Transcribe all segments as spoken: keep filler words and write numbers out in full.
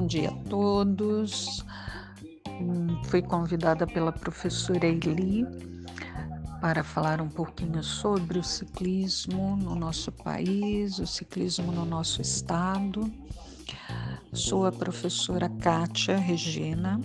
dia a todos. Fui convidada pela professora Eli para falar um pouquinho sobre o ciclismo no nosso país, o ciclismo no nosso estado. Sou a professora Kátia Regina,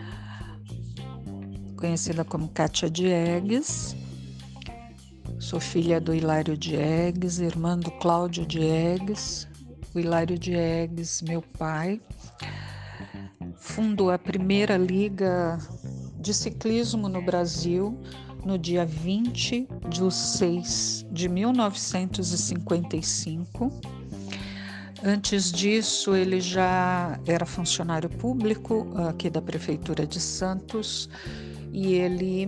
conhecida como Kátia Diegues. Sou filha do Hilário Diegues, irmã do Cláudio Diegues. O Hilário Diegues, meu pai, fundou a primeira liga de ciclismo no Brasil no dia vinte de seis de mil novecentos e cinquenta e cinco. Antes disso, ele já era funcionário público aqui da Prefeitura de Santos e ele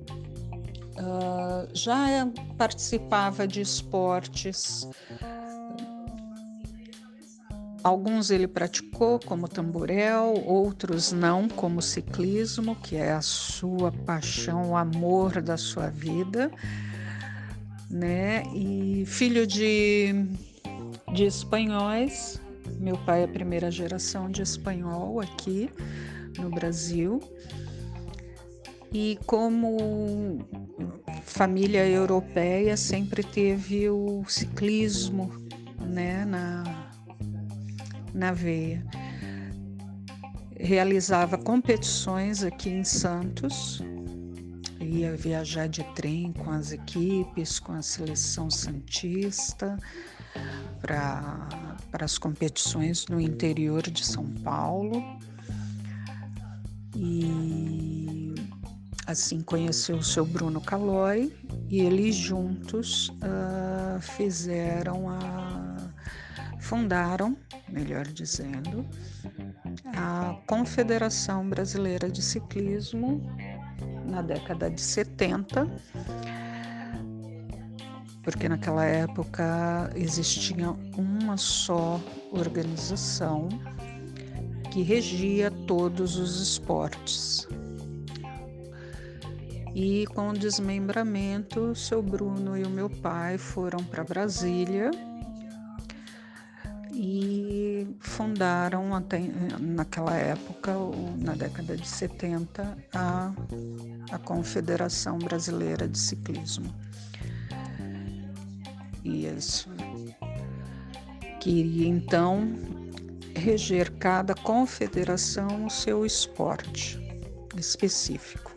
uh, já participava de esportes. Alguns ele praticou, como tamborel, outros não, como ciclismo, que é a sua paixão, o amor da sua vida, né? E filho de, de espanhóis, meu pai é a primeira geração de espanhol aqui no Brasil. E como família europeia, sempre teve o ciclismo, né, na na veia. Realizava competições aqui em Santos, ia viajar de trem com as equipes, com a seleção santista, para para as competições no interior de São Paulo. E assim conheceu o seu Bruno Caloi e eles juntos uh, fizeram a fundaram, melhor dizendo, a Confederação Brasileira de Ciclismo na década de setenta, porque naquela época existia uma só organização que regia todos os esportes. E com o desmembramento, o seu Bruno e o meu pai foram para Brasília e fundaram até naquela época, na década de setenta, a, a Confederação Brasileira de Ciclismo. E isso queria então reger cada confederação o seu esporte específico.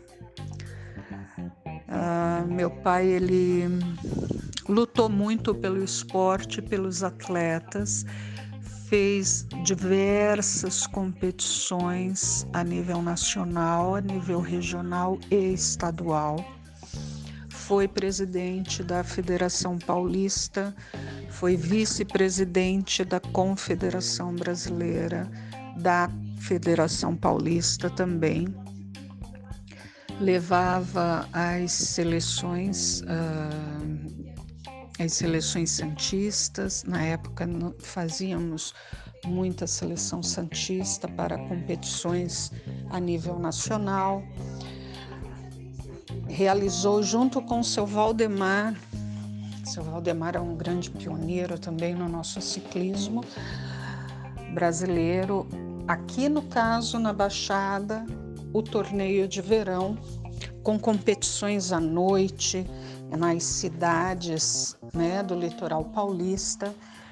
Ah, meu pai, ele lutou muito pelo esporte, pelos atletas, fez diversas competições a nível nacional, a nível regional e estadual. Foi presidente da Federação Paulista, foi vice-presidente da Confederação Brasileira, da Federação Paulista também. Levava as seleções, uh, as seleções santistas. Na época fazíamos muita seleção santista para competições a nível nacional. Realizou junto com o seu Valdemar, seu Valdemar é um grande pioneiro também no nosso ciclismo brasileiro, aqui no caso na Baixada, o torneio de verão, com competições à noite nas cidades, né, do litoral paulista.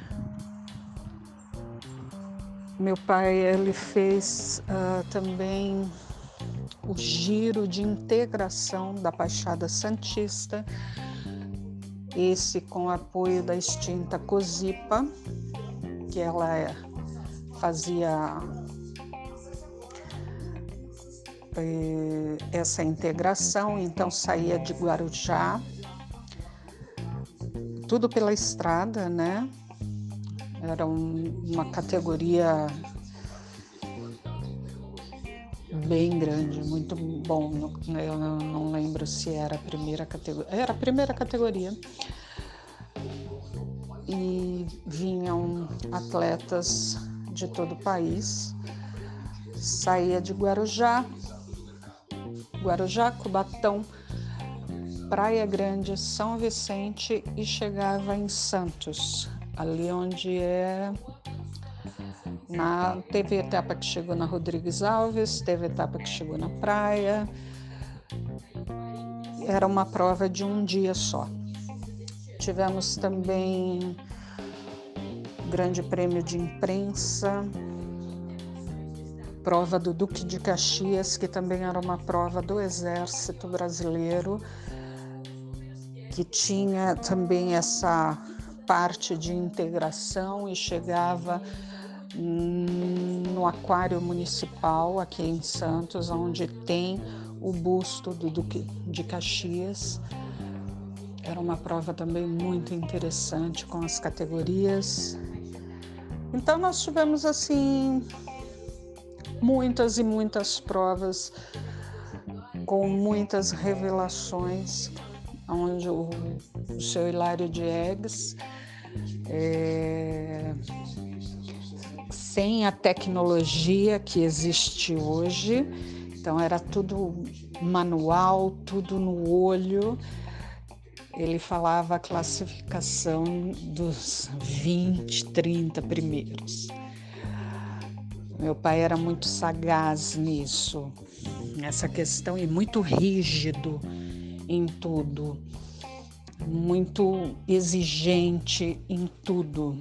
Meu pai, ele fez uh, também o giro de integração da Baixada Santista, esse com apoio da extinta Cosipa, que ela fazia essa integração, então saía de Guarujá, tudo pela estrada, né? Era um, uma categoria bem grande, muito bom. Eu não lembro se era a primeira categoria. Era a primeira categoria. E vinham atletas de todo o país. Saía de Guarujá, Guarujá, Cubatão, Praia Grande, São Vicente e chegava em Santos, ali onde é Na, teve etapa que chegou na Rodrigues Alves, teve etapa que chegou na praia. Era uma prova de um dia só. Tivemos também Grande Prêmio de Imprensa, prova do Duque de Caxias, que também era uma prova do Exército Brasileiro, que tinha também essa parte de integração e chegava no Aquário Municipal, aqui em Santos, onde tem o busto do Duque de Caxias. Era uma prova também muito interessante com as categorias. Então nós tivemos assim muitas e muitas provas com muitas revelações, onde o, o seu Hilário Diegues, é, sem a tecnologia que existe hoje, então era tudo manual, tudo no olho. Ele falava a classificação dos vinte, trinta primeiros. Meu pai era muito sagaz nisso, nessa questão, e muito rígido em tudo, muito exigente em tudo.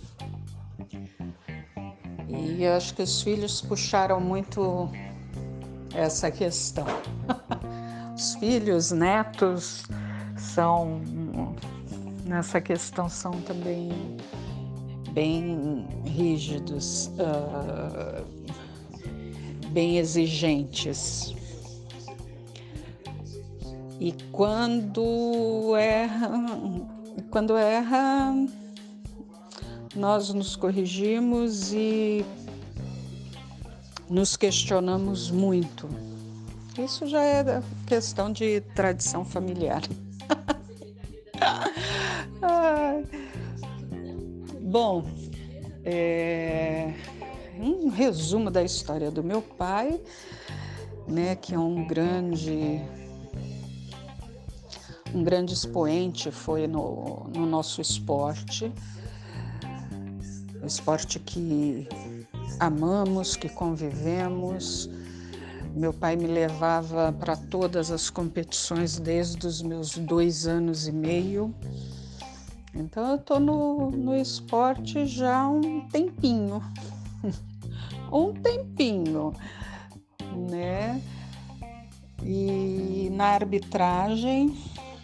E eu acho que os filhos puxaram muito essa questão. Os filhos, netos, são, nessa questão, são também bem rígidos, uh, bem exigentes. E quando erra, quando erra, nós nos corrigimos e nos questionamos muito. Isso já é questão de tradição familiar. Bom, é, um resumo da história do meu pai, né, que é um grande, um grande expoente, foi no, no nosso esporte, o esporte que amamos, que convivemos. Meu pai me levava para todas as competições desde os meus dois anos e meio. Então eu estou no, no esporte já há um tempinho, um tempinho, né? E na arbitragem...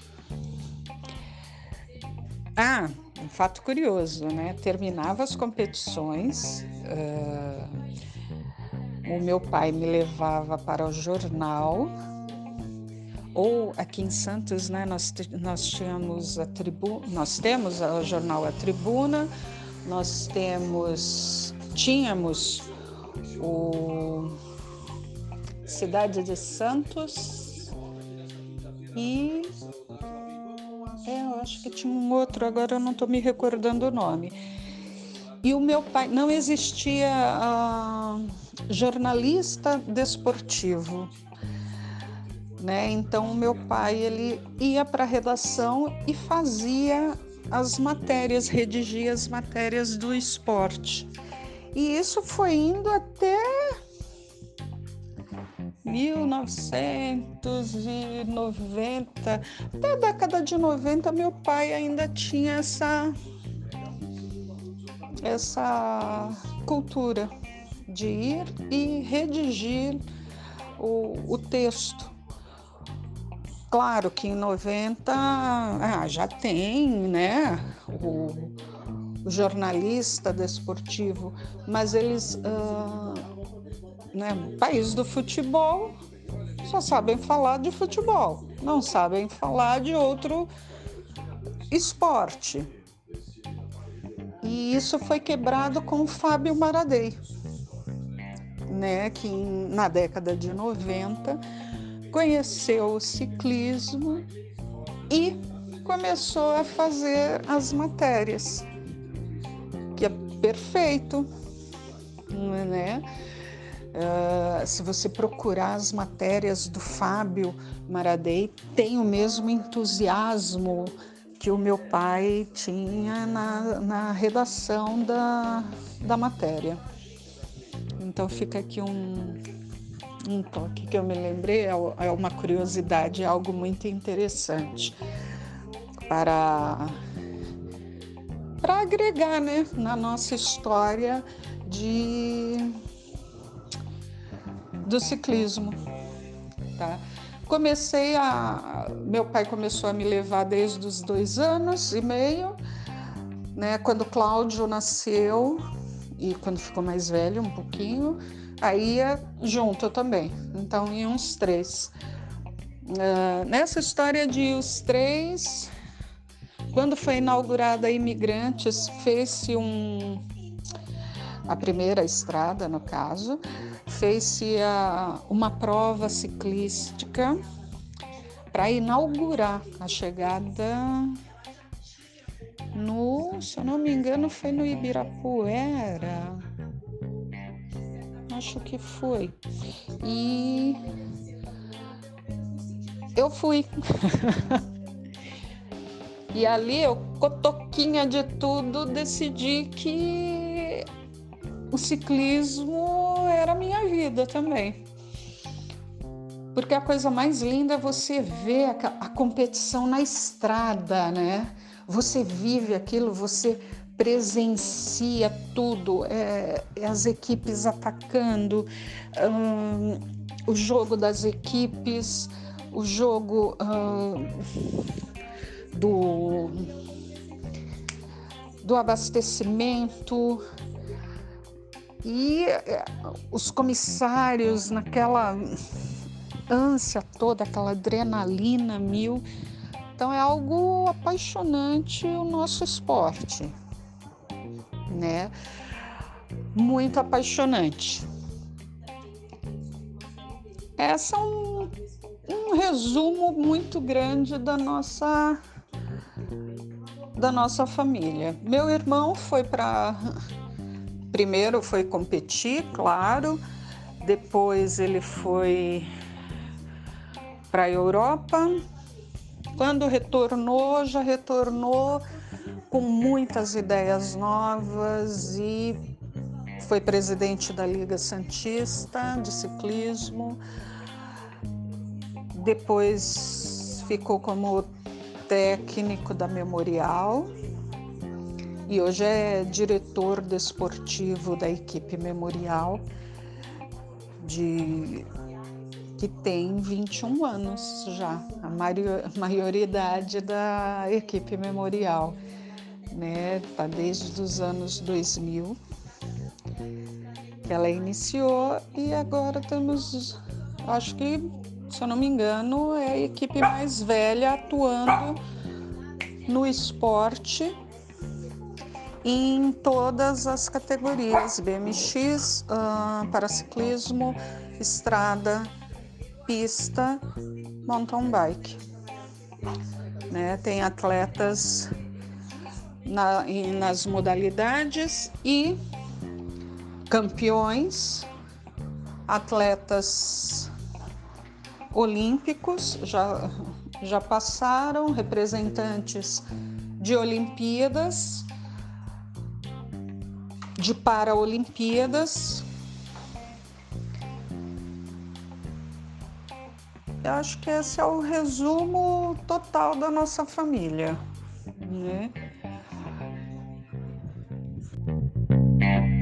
Ah, um fato curioso, né? Terminava as competições... Uh... O meu pai me levava para o jornal, ou aqui em Santos, né, nós, nós tínhamos a tribu, nós temos o jornal A Tribuna, nós temos, tínhamos o Cidade de Santos e é, eu acho que tinha um outro, agora eu não estou me recordando o nome. E o meu pai, não existia uh, jornalista desportivo, né? Então o meu pai, ele ia para a redação e fazia as matérias, redigia as matérias do esporte. E isso foi indo até mil novecentos e noventa, até a década de noventa, meu pai ainda tinha essa... essa cultura de ir e redigir o, o texto. Claro que em noventa ah, já tem, né, o, o jornalista desportivo, mas eles, ah, né, país do futebol, só sabem falar de futebol, não sabem falar de outro esporte. E isso foi quebrado com o Fábio Maradei, né, que na década de noventa conheceu o ciclismo e começou a fazer as matérias, que é perfeito, né? Uh, se você procurar as matérias do Fábio Maradei, tem o mesmo entusiasmo que o meu pai tinha na, na redação da, da matéria. Então fica aqui um, um toque que eu me lembrei, é, é uma curiosidade, é algo muito interessante para, para agregar, né, na nossa história de, do ciclismo, tá? Comecei a... Meu pai começou a me levar desde os dois anos e meio, né? Quando o Cláudio nasceu e quando ficou mais velho um pouquinho, aí ia junto também. Então, iam uns três. Uh, nessa história de os três, quando foi inaugurada a Imigrantes, fez-se um... a primeira estrada, no caso, fez-se uma prova ciclística para inaugurar a chegada no, se eu não me engano, foi no Ibirapuera, acho que foi, e eu fui. E ali eu, cotoquinha de tudo, decidi que o ciclismo era a minha vida também. Porque a coisa mais linda é você ver a, a competição na estrada, né? Você vive aquilo, você presencia tudo, é, é as equipes atacando, hum, o jogo das equipes, o jogo hum, do, do abastecimento. E os comissários naquela ânsia toda, aquela adrenalina mil. Então é algo apaixonante o nosso esporte, né? Muito apaixonante. Essa é um, um resumo muito grande da nossa, da nossa família. Meu irmão foi para... Primeiro foi competir, claro, depois ele foi para a Europa. Quando retornou, já retornou com muitas ideias novas e foi presidente da Liga Santista de Ciclismo. Depois ficou como técnico da Memorial. E hoje é diretor desportivo da equipe Memorial, de, que tem vinte e um anos já, a maioridade da equipe Memorial, né? Tá desde os anos dois mil que ela iniciou e agora temos, acho que, se eu não me engano, é a equipe mais velha atuando no esporte em todas as categorias, B M X, uh, paraciclismo, estrada, pista, mountain bike. Né? Tem atletas na, nas modalidades e campeões, atletas olímpicos, já, já passaram, representantes de Olimpíadas, de Paraolimpíadas. Eu acho que esse é o resumo total da nossa família, né?